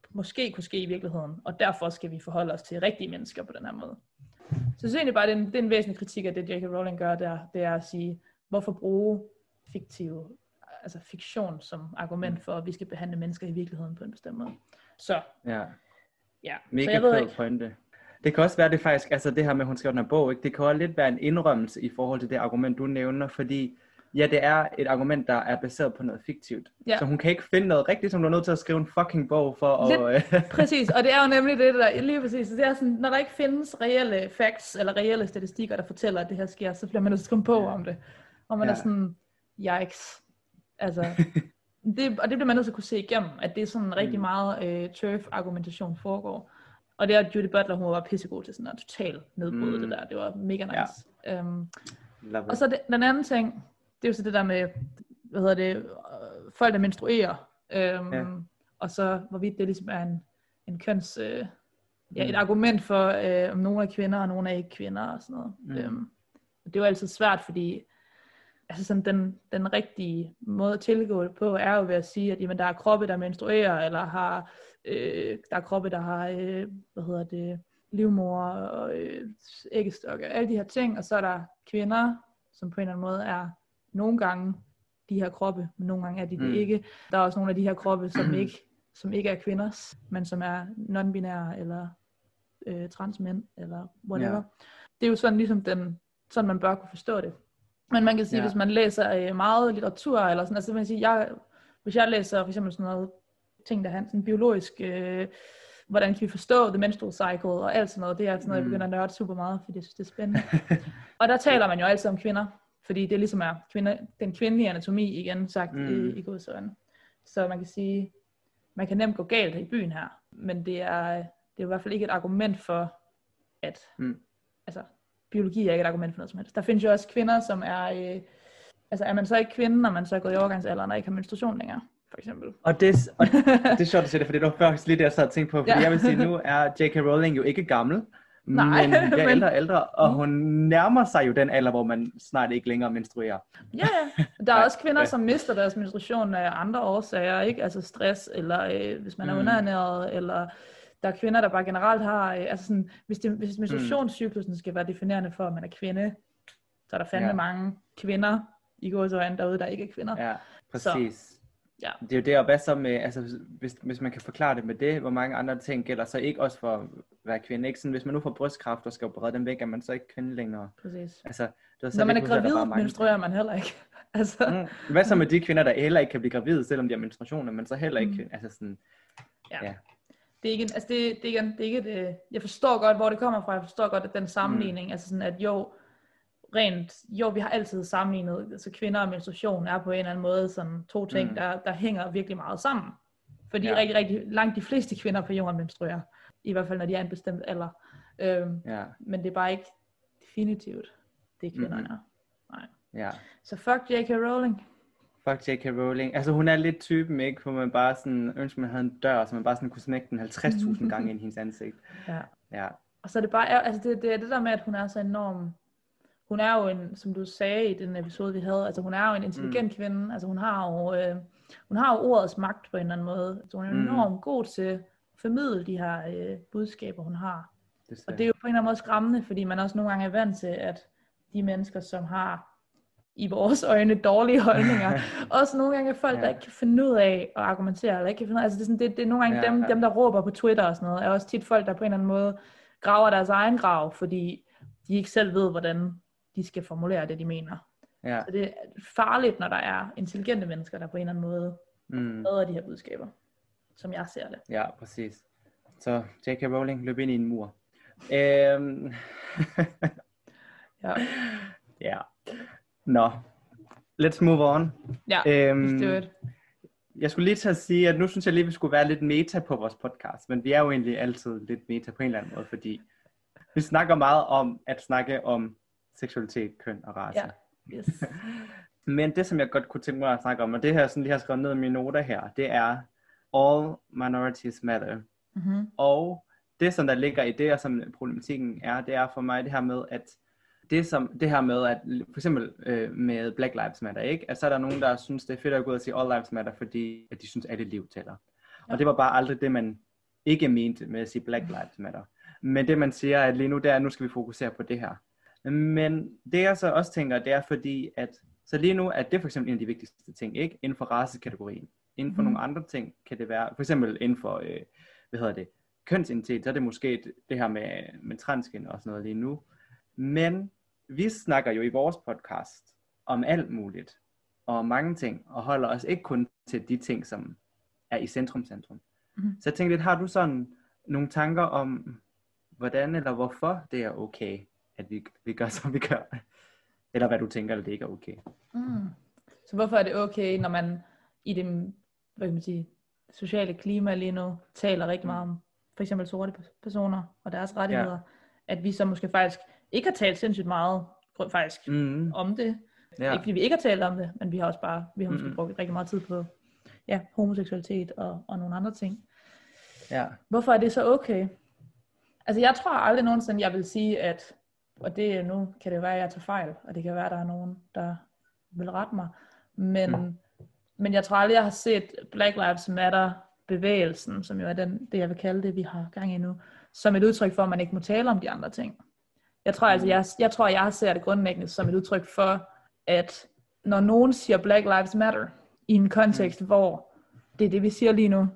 måske kunne ske i virkeligheden, og derfor skal vi forholde os til rigtige mennesker på den her måde. Så jeg synes egentlig bare, det er en, det er en væsentlig kritik af det, J K Rowling gør, der, det er at sige, hvorfor bruge fiktive, altså fiktion som argument for, at vi skal behandle mennesker i virkeligheden på en bestemt måde. Så, ja. ja. Mega så jeg ved fed ikke. pointe. Det kan også være, det faktisk, altså det her med, at hun skrev den her bog, ikke? Det kan også lidt være en indrømmelse i forhold til det argument, du nævner, fordi ja, det er et argument, der er baseret på noget fiktivt. Ja. Så hun kan ikke finde noget rigtigt, som du er nødt til at skrive en fucking bog for lidt, at... præcis, og det er jo nemlig det, der lige præcis. Det er sådan, når der ikke findes reelle facts, eller reelle statistikker, der fortæller, at det her sker, så bliver man nødt til at skrive en bog om det. Og man ja. er sådan, yikes. Altså, det, og det bliver man nødt til at kunne se igennem, at det er sådan rigtig meget øh, turf-argumentation foregår. Og det er Judy Butler, hun var pissegod til sådan at totalt nedbryde mm. det der. Det var mega nice. Ja. Um, og så det, den anden ting, det er jo så det der med, hvad hedder det, øh, folk der menstruerer. Um, ja. Og så hvorvidt det ligesom er en, en køns, øh, ja, et mm. argument for, øh, om nogle er kvinder, og nogle er ikke kvinder og sådan noget. Mm. Um, det er jo altid svært, fordi altså sådan den, den rigtige måde at tilgå det på, er jo ved at sige, at jamen, der er kroppe, der menstruerer, eller har, øh, der er kroppe, der har, øh, hvad hedder det, livmor og øh, æggestok og alle de her ting, og så er der kvinder, som på en eller anden måde er nogle gange de her kroppe, men nogle gange er de det mm. ikke. Der er også nogle af de her kroppe, som ikke, som ikke er kvinders, men som er non-binære, eller øh, transmænd, eller whatever. Yeah. Det er jo sådan ligesom den, sådan man bør kunne forstå det. Men man kan sige, ja. hvis man læser øh, meget litteratur, eller sådan, altså man kan sige, jeg, hvis jeg læser for eksempel sådan noget ting, der handler sådan biologisk, øh, hvordan kan vi forstå the menstrual cycle, og alt sådan noget, det er sådan noget, jeg begynder at nørde super meget, fordi jeg synes, det er spændende. Og der taler man jo altid om kvinder, fordi det ligesom er kvinder, den kvindelige anatomi, igen sagt mm. i, i godsøjne. Så man kan sige, man kan nemt gå galt i byen her, men det er, det er i hvert fald ikke et argument for, at, mm. altså, biologi er ikke et argument for noget som helst. Der findes jo også kvinder, som er, øh, altså er man så ikke kvinde, når man så er gået i overgangsalderen og ikke har menstruation længere, for eksempel. Og det, og det er sjovt at sige det, for det var faktisk lidt det, jeg sad og tænkte på, fordi ja. jeg vil sige, nu er J K Rowling jo ikke gammel, Nej, men bliver ældre og ældre, og hun nærmer sig jo den alder, hvor man snart ikke længere menstruerer. Ja, ja. Der er også kvinder, som mister deres menstruation af andre årsager, ikke? Altså stress, eller øh, hvis man er mm. underernæret, eller der er kvinder, der bare generelt har, øh, altså sådan, hvis, det, hvis menstruationscyklusen skal være definerende for, at man er kvinde, så er der fandme ja. mange kvinder i gåseøjne derude, der ikke er kvinder. Ja, præcis. Så, ja. Det er jo det, og hvad så med, altså hvis, hvis man kan forklare det med det, hvor mange andre ting gælder, så ikke også for at være kvinde, ikke? Sådan, hvis man nu får brystkræft og skal operere dem væk, er man så ikke kvinde længere. Præcis. Altså, det så når man er gravid, menstruerer man heller ikke. altså. mm. Hvad så med de kvinder, der heller ikke kan blive gravide, selvom de har menstruationer, men så heller ikke, mm. altså sådan, ja. ja. Det er ikke, altså det, det er ikke, det er ikke et, øh, jeg forstår godt, hvor det kommer fra, jeg forstår godt, at den sammenligning, mm. altså sådan, at jo, rent, jo, vi har altid sammenlignet, altså kvinder og menstruation er på en eller anden måde sådan to ting, mm. der, der hænger virkelig meget sammen. Fordi ja. rigtig, rigtig langt de fleste kvinder på jorden menstruerer, i hvert fald når de er en bestemt alder. Øhm, ja. Men det er bare ikke definitivt, det er kvinderne. Mm-hmm. Nej. Ja. Så fuck J K Rowling. Fuck J K Rowling. Altså hun er lidt typen, ikke? Hvor man bare sådan ønsker, man havde en dør, så man bare sådan kunne smække den halvtreds tusind gange ind i hendes ansigt. Ja. Ja. Og så er det bare, altså det, det er det der med, at hun er så enorm. Hun er jo en, som du sagde i den episode, vi havde, altså hun er jo en intelligent mm. kvinde. Altså hun har jo, øh, hun har jo ordets magt på en eller anden måde. Altså hun er mm. enormt god til at formidle de her øh, budskaber, hun har. Det og det er jo på en eller anden måde skræmmende, fordi man også nogle gange er vant til, at de mennesker, som har i vores øjne dårlige holdninger, også nogle gange er folk, ja. der ikke kan finde ud af at argumentere, eller ikke kan finde ud af, altså det er, sådan, det, det er nogle gange ja, dem, ja. dem, der råber på Twitter og sådan noget, er også tit folk, der på en eller anden måde graver deres egen grav, fordi de ikke selv ved, hvordan de skal formulere det, de mener. Ja. Så det er farligt, når der er intelligente mennesker, der på en eller anden måde redder mm. de her budskaber, som jeg ser det. Ja, præcis. Så J K Rowling løb ind i en mur. Øhm... ja. Ja. Nå, let's move on. Ja, øhm, let's do it. Jeg skulle lige til at sige, at nu synes jeg lige, vi skulle være lidt meta på vores podcast, men vi er jo egentlig altid lidt meta på en eller anden måde, fordi vi snakker meget om at snakke om seksualitet, køn og race. Ja, yes. Men det, som jeg godt kunne tænke mig at snakke om, og det her, sådan lige har skrevet ned i mine noter her, det er all minorities matter. Mm-hmm. Og det, som der ligger i det, og som problematikken er, det er for mig det her med, at det, som, det her med, at for eksempel øh, med Black Lives Matter, ikke? At så er der nogen, der synes, det er fedt at gå ud og sige All Lives Matter, fordi at de synes, alle liv tæller. Ja. Og det var bare aldrig det, man ikke ment med at sige Black Lives Matter. Men det man siger, at lige nu, det er, at nu skal vi fokusere på det her. Men det jeg så også tænker, det er fordi, at så lige nu er det for eksempel en af de vigtigste ting, ikke? Inden for racekategorien. Inden for mm. nogle andre ting kan det være, for eksempel inden for, øh, hvad hedder det, kønsidentitet, så er det måske det, det her med, med transkøn og sådan noget lige nu. Men vi snakker jo i vores podcast om alt muligt, og om mange ting, og holder os ikke kun til de ting, som er i centrum-centrum. Mm. Så jeg tænkte lidt, har du sådan nogle tanker om, hvordan eller hvorfor det er okay, at vi, vi gør, som vi gør? Eller hvad du tænker, at det ikke er okay? Mm. Så hvorfor er det okay, når man i det, hvad kan man sige, sociale klima lige nu taler rigtig meget om for eksempel sorte personer og deres rettigheder, ja. At vi så måske faktisk ikke har talt sindssygt meget faktisk mm. om det. Ja. Ikke fordi vi ikke har talt om det, men vi har også bare, vi har måske mm. brugt rigtig meget tid på ja, homoseksualitet og, og nogle andre ting. Ja. Hvorfor er det så okay? Altså jeg tror aldrig nogensinde, jeg vil sige, at, og det nu kan det være, at jeg tager fejl, og det kan være, at der er nogen, der vil rette mig, men, mm. men jeg tror aldrig, jeg har set Black Lives Matter bevægelsen, som jo er den, det jeg vil kalde det, vi har gang i nu, som et udtryk for, at man ikke må tale om de andre ting. Jeg tror, mm. altså, jeg, jeg tror, jeg ser det grundlæggende som et udtryk for, at når nogen siger Black Lives Matter, i en kontekst, mm. hvor det er det, vi siger lige nu,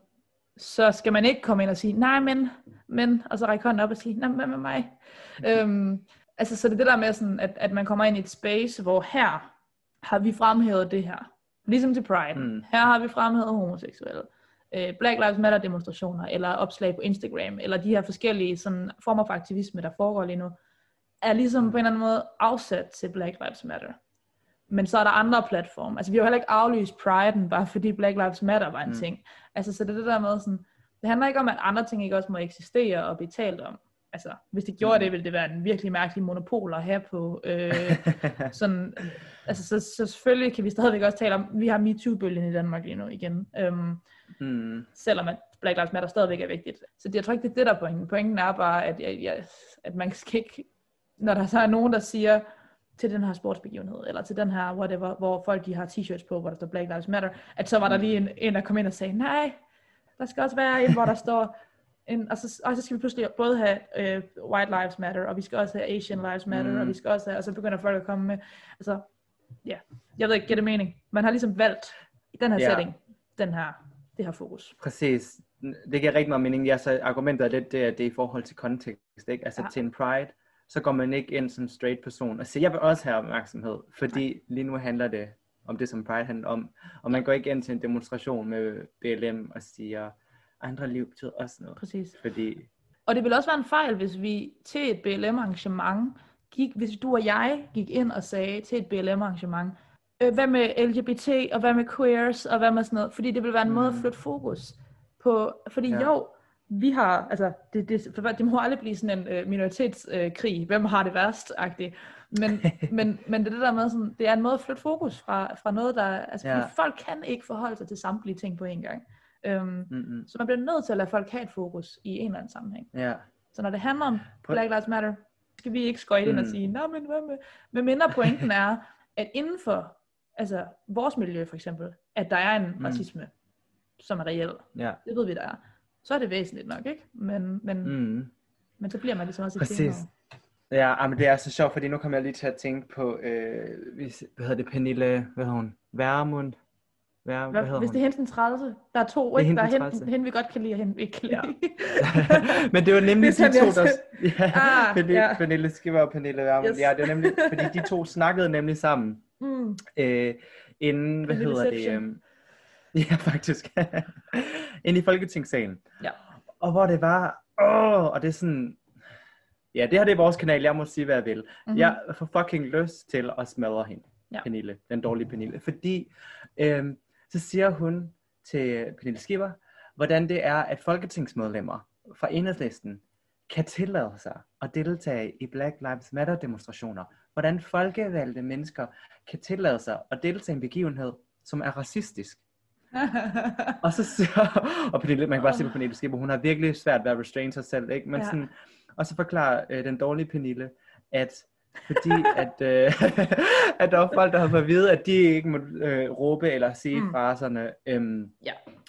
så skal man ikke komme ind og sige, nej, men, men, og så række hånden op og sige, nej, hvad med mig? øhm, altså, så det er det der med, sådan, at, at man kommer ind i et space, hvor her har vi fremhævet det her. Ligesom til Pride. Mm. Her har vi fremhævet homoseksuelle. Øh, Black Lives Matter demonstrationer, eller opslag på Instagram, eller de her forskellige sådan, former for aktivisme, der foregår lige nu, er ligesom på en eller anden måde afsat til Black Lives Matter. Men så er der andre platforme. Altså vi har jo heller ikke aflyst Pride'en, bare fordi Black Lives Matter var en mm. ting. Altså så det er det der med sådan, det handler ikke om, at andre ting ikke også må eksistere og blive talt om. Altså hvis det gjorde mm. det, ville det være en virkelig mærkelig monopol at have på. Øh, sådan, altså så, så selvfølgelig kan vi stadigvæk også tale om, vi har MeToo-bølgen i Danmark lige nu igen. Øhm, mm. Selvom at Black Lives Matter stadigvæk er vigtigt. Så jeg tror ikke, det er det der er pointen. Pointen er bare, at, jeg, jeg, at man skal ikke, når der så er nogen, der siger, til den her sportsbegivenhed, eller til den her whatever, hvor folk de har t-shirts på, hvor der står Black Lives Matter, at så var der lige en, en der kom ind og sagde, nej, der skal også være en, hvor der står, en, og, så, og så skal vi pludselig både have uh, White Lives Matter, og vi skal også have Asian Lives Matter, mm. og vi skal også have, og så begynder folk at komme med, altså, ja, jeg ved ikke, giver det mening. Man har ligesom valgt, i den her ja. setting, den her, det her fokus. Præcis. Det giver rigtig meget mening. Ja, så argumentet er lidt, det er det i forhold til kontekst, ikke? Altså ja. Til en Pride, så går man ikke ind som straight person og siger, jeg vil også have opmærksomhed, fordi lige nu handler det om det, som Pride handler om, og man går ikke ind til en demonstration med B L M og siger, andre liv betyder også noget. Præcis. Fordi... Og det vil også være en fejl, hvis vi til et B L M-arrangement, gik, hvis du og jeg gik ind og sagde til et B L M-arrangement, øh, hvad med L G B T, og hvad med queers, og hvad med sådan noget, fordi det vil være en mm. måde at flytte fokus på, fordi ja. jo, vi har, altså, det, det, det må aldrig blive sådan en øh, minoritetskrig, øh, hvem har det værst-agtigt, men, men, men det er det der med, sådan, det er en måde at flytte fokus fra, fra noget, der, altså, ja. folk kan ikke forholde sig til samtlige ting på en gang, øhm, mm-hmm. så man bliver nødt til at lade folk have et fokus i en eller anden sammenhæng, ja. Så når det handler om Black Lives Matter, skal vi ikke skøjte mm. ind og sige, nå, men hvad med, med mindre pointen er, at inden for, altså, vores miljø for eksempel, at der er en mm. racisme, som er reel, ja. Det ved vi, der er. Så er det væsentligt nok, ikke? Men, men, mm. men så bliver man ligesom også et tema. Ja, men det er så sjovt, fordi nu kommer jeg lige til at tænke på, øh, hvad hedder det, Pernille, hvad hedder hun? Værmund? Vær, hvad hedder Hvis hun? det er hende den tredive, der er to, ikke? Der er hende, hende, vi godt kan lide, og hende, vi ikke kan lide. Ja. Men det var nemlig de to, der... Ja, ah, Pernille, ja. Pernille Skipper og Pernille Værmund. Yes. Ja, det var nemlig, fordi de to snakkede nemlig sammen. Mm. Øh, inden, hvad hedder det... Øh, ja, faktisk. Inde i Folketingssalen. Ja. Og hvor det var, åh, og det er sådan, ja, det her det er vores kanal, jeg må sige, hvad jeg vil. Mm-hmm. Jeg får fucking lyst til at smadre hende, ja. Pernille, den dårlige Pernille. Fordi, øhm, så siger hun til Pernille Skipper, hvordan det er, at folketingsmedlemmer fra Enhedslisten kan tillade sig at deltage i Black Lives Matter demonstrationer. Hvordan folkevalgte mennesker kan tillade sig at deltage i en begivenhed, som er racistisk. Og så siger, og Pernille, man kan bare sige på Pernille Skipper, hun har virkelig svært ved at restrain sig selv, ikke? Men ja. Sådan, og så forklarer øh, den dårlige Pernille, at fordi at, øh, at der var folk, der havde fået at vide, at de ikke må øh, råbe eller sige mm. fraserne, øhm, ja.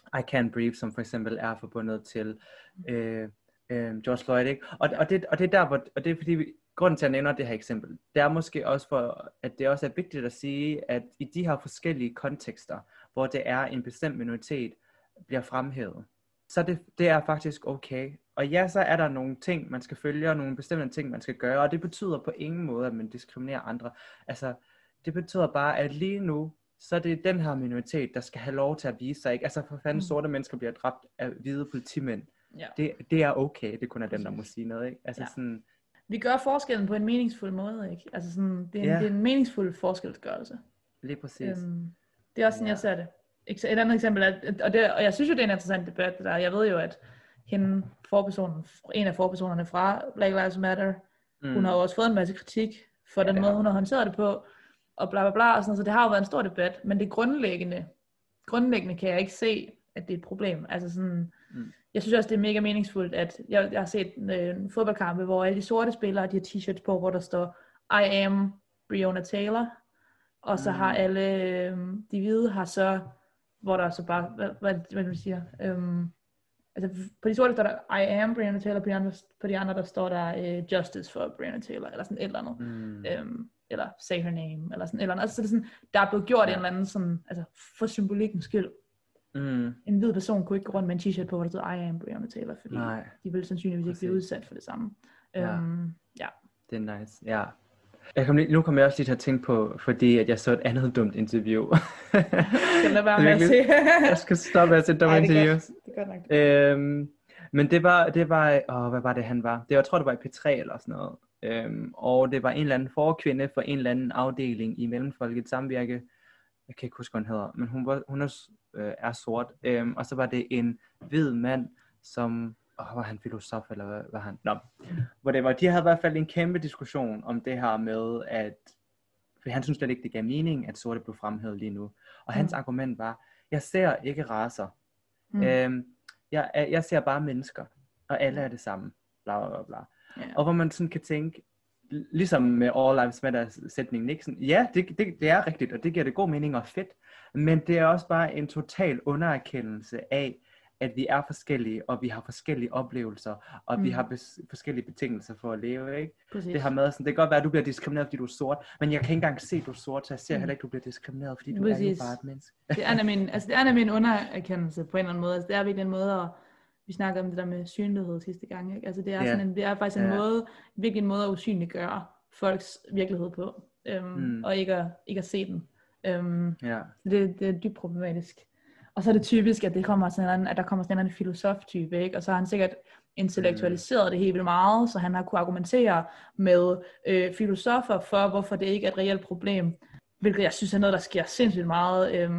I Can't Breathe, som for eksempel er forbundet til øh, øh, George Floyd, ikke? Og, og, det, og det er der, hvor, og det er fordi, vi, grunden til at nævne det her eksempel, det er måske også for, at det også er vigtigt at sige, at i de her forskellige kontekster, hvor det er en bestemt minoritet, bliver fremhævet, så det, det er faktisk okay. Og ja, så er der nogle ting, man skal følge, og nogle bestemte ting, man skal gøre, og det betyder på ingen måde, at man diskriminerer andre. Altså, det betyder bare, at lige nu, så er det den her minoritet, der skal have lov til at vise sig, ikke? Altså, for fanden, sorte mennesker bliver dræbt af hvide politimænd. Ja. Det, det er okay, det kun er den, der må sige noget, ikke? Altså, ja. Sådan... Vi gør forskellen på en meningsfuld måde, ikke? Altså, sådan, det, er en, ja. det er en meningsfuld forskelsgørelse. Lige præcis. Øhm, det er også sådan, ja. jeg ser det. Et andet eksempel er, og, det, og jeg synes jo, det er en interessant debat, der. Jeg ved jo, at hende, forpersonen, en af forpersonerne fra Black Lives Matter, mm. hun har jo også fået en masse kritik for den ja. måde, hun har håndteret det på, og bla bla bla, og sådan, så det har jo været en stor debat, men det grundlæggende, grundlæggende kan jeg ikke se, at det er et problem. Altså sådan, mm. jeg synes også, det er mega meningsfuldt, at jeg, jeg har set øh, fodboldkampe, hvor alle de sorte spillere, de har t-shirts på, hvor der står, I am Breonna Taylor, og så mm. har alle, øh, de hvide har så, hvor der så bare, hvad, hvad, hvad du siger, øhm, altså på de sorte står der, I am Breonna Taylor, på de andre, på de andre der står der, uh, Justice for Breonna Taylor, eller sådan et eller andet, mm. øhm, eller Say Her Name, eller sådan et eller andet, altså så det er sådan, der er blevet gjort ja. en eller anden sådan, altså for symbolikkens skyld. Mm. En hvid person kunne ikke gå rundt med en t-shirt på, hvor der stod, I am Breonna Taylor, fordi Nej. de ville sandsynligvis ikke blive udsat for det samme. Ja. Øhm, ja. Det er nice, ja. Jeg kom lige, nu kommer jeg også lige til at tænke på, fordi at jeg så et andet dumt interview. Skal lade være med at se. Jeg skal stoppe at se dumme interviews. Det er godt nok. Øhm, men det var, det var, åh, hvad var det han var? Det var, jeg tror det var i P tre eller sådan noget. Øhm, og det var en eller anden forkvinde for en eller anden afdeling i Mellemfolkeligt Samvirke. Jeg kan ikke huske, hvad hun hedder, men hun, var, hun er, øh, er sort. Øhm, og så var det en hvid mand, som... Oh, var han filosof, eller hvad var han? Nå. Hvor det var, de havde i hvert fald en kæmpe diskussion om det her med, at for han synes slet ikke, det gav mening, at sorte blev fremhævet lige nu. Og hans mm. argument var, jeg ser ikke racer. Mm. Øhm, jeg, jeg ser bare mennesker, og alle er det samme. Bla, bla, bla. Yeah. Og hvor man sådan kan tænke, ligesom med All Lives Matter sætningen, ikke? Sådan, ja, det, det, det er rigtigt, og det giver det god mening og fedt. Men det er også bare en total undererkendelse af, at vi er forskellige, og vi har forskellige oplevelser, og mm. vi har bes- forskellige betingelser for at leve, ikke? Præcis. Det har med sådan, det kan godt være, at du bliver diskrimineret, fordi du er sort, men jeg kan ikke engang se, at du er sort, så jeg ser mm. heller ikke, at du bliver diskrimineret, fordi du Præcis. er jo bare et menneske. Det er nemlig, altså det er nemlig en undererkendelse på en eller anden måde, altså det er virkelig en måde at, vi snakkede om det der med synlighed sidste gang, ikke? Altså det er, yeah. sådan en, det er faktisk en yeah. måde, virkelig en måde at usynliggøre folks virkelighed på, øhm, mm. og ikke at, ikke at se den. Øhm, yeah. det, det er dybt problematisk. Og så er det typisk, at, det kommer sådan en, at der kommer sådan en filosof-type, ikke? Og så har han sikkert intellektualiseret mm. det helt vildt meget, så han har kunne argumentere med øh, filosofer for, hvorfor det ikke er et reelt problem. Hvilket jeg synes er noget, der sker sindssygt meget øh,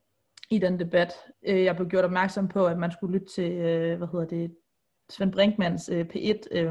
i den debat. Jeg blev gjort opmærksom på, at man skulle lytte til, øh, hvad hedder det, Svend Brinkmanns øh, P et. Øh,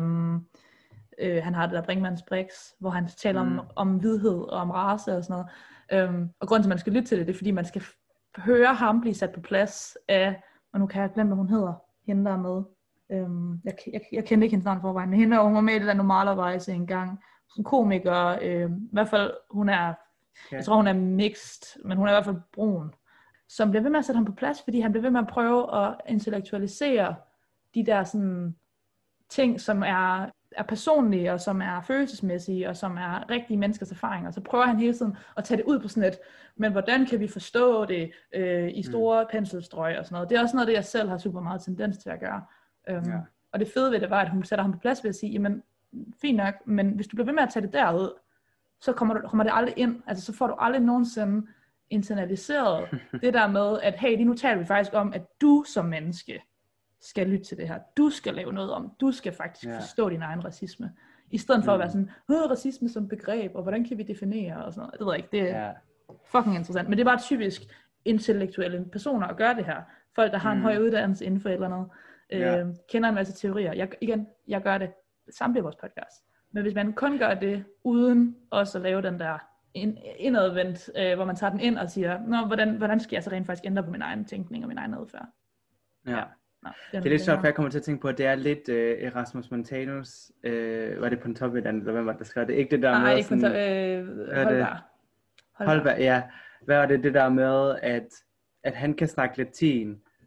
øh, han har det der Brinkmanns Brix, hvor han taler mm. om, om hvidhed og om race og sådan noget. Øh, og grunden til, at man skal lytte til det, det er, fordi man skal høre ham blive sat på plads af, og nu kan jeg glemme, hvad hun hedder, hende der er med. Øhm, jeg, jeg, jeg kendte ikke hendes navn forvejen, men hende, hun var med i det der Normalerweize engang, som komiker, øhm, i hvert fald, hun er, okay. jeg tror hun er mixed, men hun er i hvert fald brun, som bliver ved med at sætte ham på plads, fordi han bliver ved med at prøve at intellektualisere de der sådan ting, som er er personlige, og som er følelsesmæssige, og som er rigtige menneskers erfaringer. Så prøver han hele tiden at tage det ud på sådan et, men hvordan kan vi forstå det øh, i store mm. penselstrøg og sådan noget. Det er også noget, det jeg selv har super meget tendens til at gøre. Um, ja. Og det fede ved det var, at hun sætter ham på plads ved at sige, jamen, fint nok, men hvis du bliver ved med at tage det derud, så kommer, du, kommer det aldrig ind. Altså, så får du aldrig nogensinde internaliseret det der med, at hey, lige nu taler vi faktisk om, at du som menneske skal lytte til det her. Du skal lave noget om. Du skal faktisk yeah. forstå din egen racisme. I stedet for mm. at være sådan, Åh, racisme som begreb, og hvordan kan vi definere, og sådan noget. Det ved jeg ikke, det er yeah. fucking interessant. Men det er bare typisk intellektuelle personer at gøre det her. Folk, der har mm. en høj uddannelse inden for et eller andet, øh, yeah. kender en masse teorier. Jeg, igen, jeg gør det samtidig i vores podcast. Men hvis man kun gør det, uden også at lave den der indadvendt, øh, hvor man tager den ind og siger, Nå, hvordan, hvordan skal jeg så rent faktisk ændre på min egen tænkning og min egen adfærd? Ja. ja. Nå, det er lidt sjovt, for jeg kommer til at tænke på, at det er lidt uh, Erasmus Montanus, uh, var det på en top eller hvad var det, der skrev det? Ikke det der Nej, med ikke sådan, øh, Holberg. Holberg, ja. Hvad var det, det der med, at, at han kan snakke latin,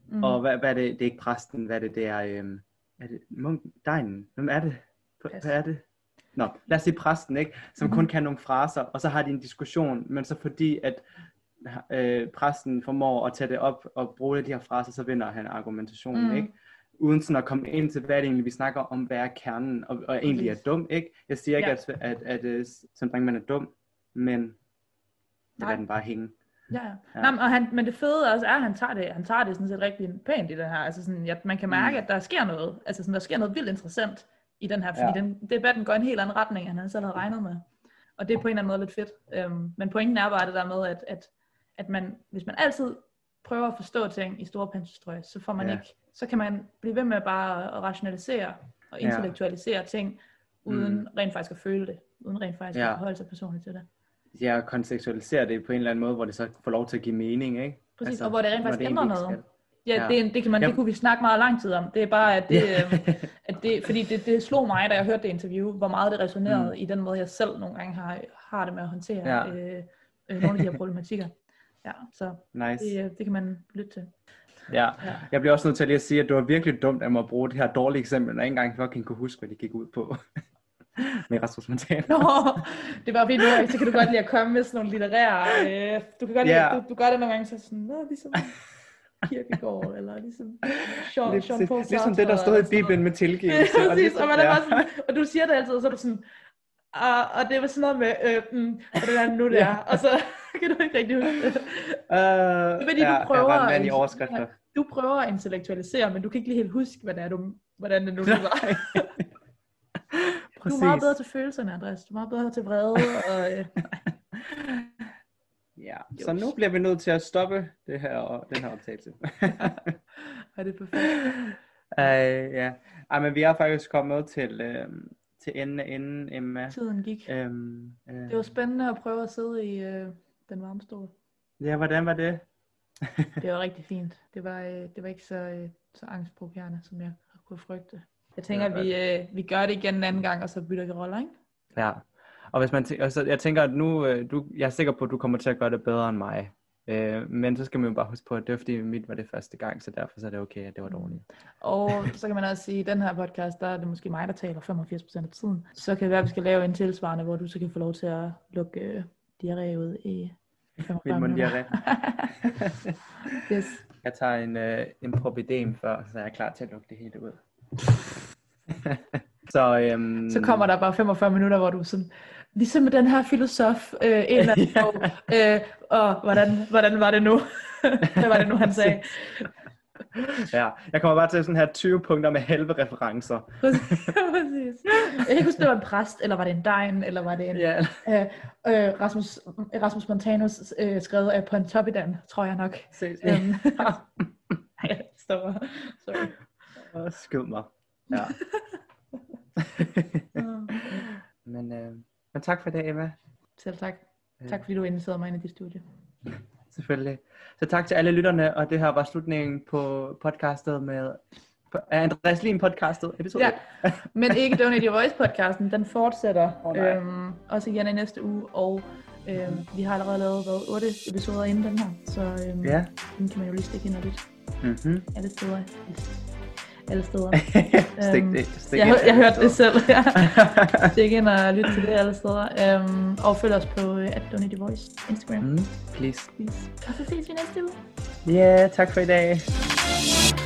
Mm. Og hvad, hvad er det? Det er ikke præsten. Hvad er det? Det er, øhm, er det munken? Dejen? Hvem er det? Hvad er det? Nå, lad os sige præsten, ikke? Som mm-hmm. kun kan nogle fraser, og så har de en diskussion, men så fordi, at øh, præsten formår at tage det op og bruge de her fraser, så vinder han argumentationen, mm. ikke? Uden sådan at komme ind til, hvad det egentlig, vi snakker om, hvad er kernen, og, og egentlig er dum, ikke? Jeg siger ikke, ja. at, at, at, at som dreng, man er dum, men det lader den bare hænge. Ja, ja. ja. Nå, og han, men det fede også er, at han tager det, han tager det sådan set rigtig pænt i den her, altså sådan, at man kan mærke, mm. at der sker noget, altså sådan, der sker noget vildt interessant i den her, fordi ja. den debatten går en helt anden retning, end han selv havde regnet med, og det er på en eller anden måde lidt fedt, øhm, men pointen er bare det der med, at, at, at man, hvis man altid prøver at forstå ting i store penselstrøg, så får man ja. ikke, så kan man blive ved med bare at rationalisere og intellektualisere ja. ting, uden mm. rent faktisk at føle det, uden rent faktisk ja. at forholde sig personligt til det. Ja, kontekstualisere det på en eller anden måde, hvor det så får lov til at give mening, ikke? Præcis, altså, og hvor det rent faktisk ændrer noget. Ja, ja. Det, det, kan man, det kunne vi snakke meget lang tid om. Det er bare, at det, øh, at det fordi det, det slog mig, da jeg hørte det interview, hvor meget det resonerede mm. i den måde, jeg selv nogle gange har, har det med at håndtere ja. øh, øh, nogle af de her problematikker. Ja, så nice. det, det kan man lytte til. Ja. ja, jeg bliver også nødt til at lige at sige, at det var virkelig dumt af mig at bruge det her dårlige eksempel, når jeg ikke engang fucking kunne huske, hvad de gik ud på. Med Rasmus Montanus. Nå, det var fordi nu, så kan du godt lide at komme med sådan nogle litterære, øh, du kan godt lide, yeah. du, du gør det nogle gange så sådan, nå, ligesom Kierkegaard, eller ligesom Jean, Jean Paul Sartre. Ligesom det, der stod i Bibelen med tilgivelse. Ja, præcis, og, man er bare sådan, og du siger det altid, og så er du sådan, og, og det var sådan noget med, øh, mm, og det der nu det er, og så kan du ikke rigtig huske det. Uh, det er fordi, ja, du prøver, jeg var en mand i overskrifter. Du prøver at intellektualisere, men du kan ikke lige helt huske, hvad det er, du, hvordan det nu det var. Du er meget bedre til følelserne, Andreas. Du er meget bedre til vrede. Og, øh, ja, så nu bliver vi nødt til at stoppe det her og den her optagelse. Ja, det er perfekt. Uh, ja, Ej, men vi er faktisk kommet til, øh, til enden af enden, Emma. Tiden gik. Øhm, øh. Det var spændende at prøve at sidde i øh, den varme stol. Ja, hvordan var det? Det var rigtig fint. Det var, øh, det var ikke så, øh, så angstprovokerende, som jeg kunne frygte. Jeg tænker, at vi, øh, vi gør det igen en anden gang, og så bytter vi roller, ikke? Ja, og hvis man t- altså, jeg tænker, at nu, øh, du, jeg er sikker på, at du kommer til at gøre det bedre end mig. Øh, men så skal man jo bare huske på, at det var fordi mit var det første gang, så derfor så er det okay, at det var dårligt. Og så kan man også sige, at i den her podcast, der er det måske mig, der taler femogfirs procent af tiden. Så kan det være, at vi skal lave en tilsvarende, hvor du så kan få lov til at lukke øh, diarré ud i femogfyrre minutter. Yes. Jeg tager en, øh, en propidem før, så er jeg klar til at lukke det hele ud. så, øhm... så kommer der bare femogfyrre minutter, hvor du sådan, ligesom med den her filosof, øh, en eller anden bog, øh, og hvordan, hvordan var det nu? Hvad var det nu, han sagde? Ja, jeg kommer bare til sådan her tyve punkter med halve referencer. Præcis. Jeg kan ikke huske, det var en præst, eller var det en degn, eller var det en yeah. øh, øh, Rasmus, Rasmus Montanus øh, skrevet af Pontoppidan, tror jeg nok. Se, se. Øhm, ja, stopper. Sorry. Oh, skyd mig. Ja. men, øh, men tak for det, Emma. Selv tak. Tak fordi du inviterede mig ind i dit studie. Selvfølgelig. Så tak til alle lytterne, og det her var slutningen på podcastet med Andreas Lien podcastet episode ja, men ikke Donate Your Voice podcasten, den fortsætter oh, øhm, også igen i næste uge, og øhm, vi har allerede lavet hvad, otte episoder inden den her, så øhm, yeah. den kan man jo lige stikke ind og lytte. Mm-hmm. Alle steder. Alle steder. stik det, stik jeg, jeg hørte det selv. Ja. Stik ind og lyt til det alle steder. Um, og følg os på at Donate Your Voice Instagram. Mm, please. please. Og så ses vi næste uge. Ja, yeah, tak for i dag.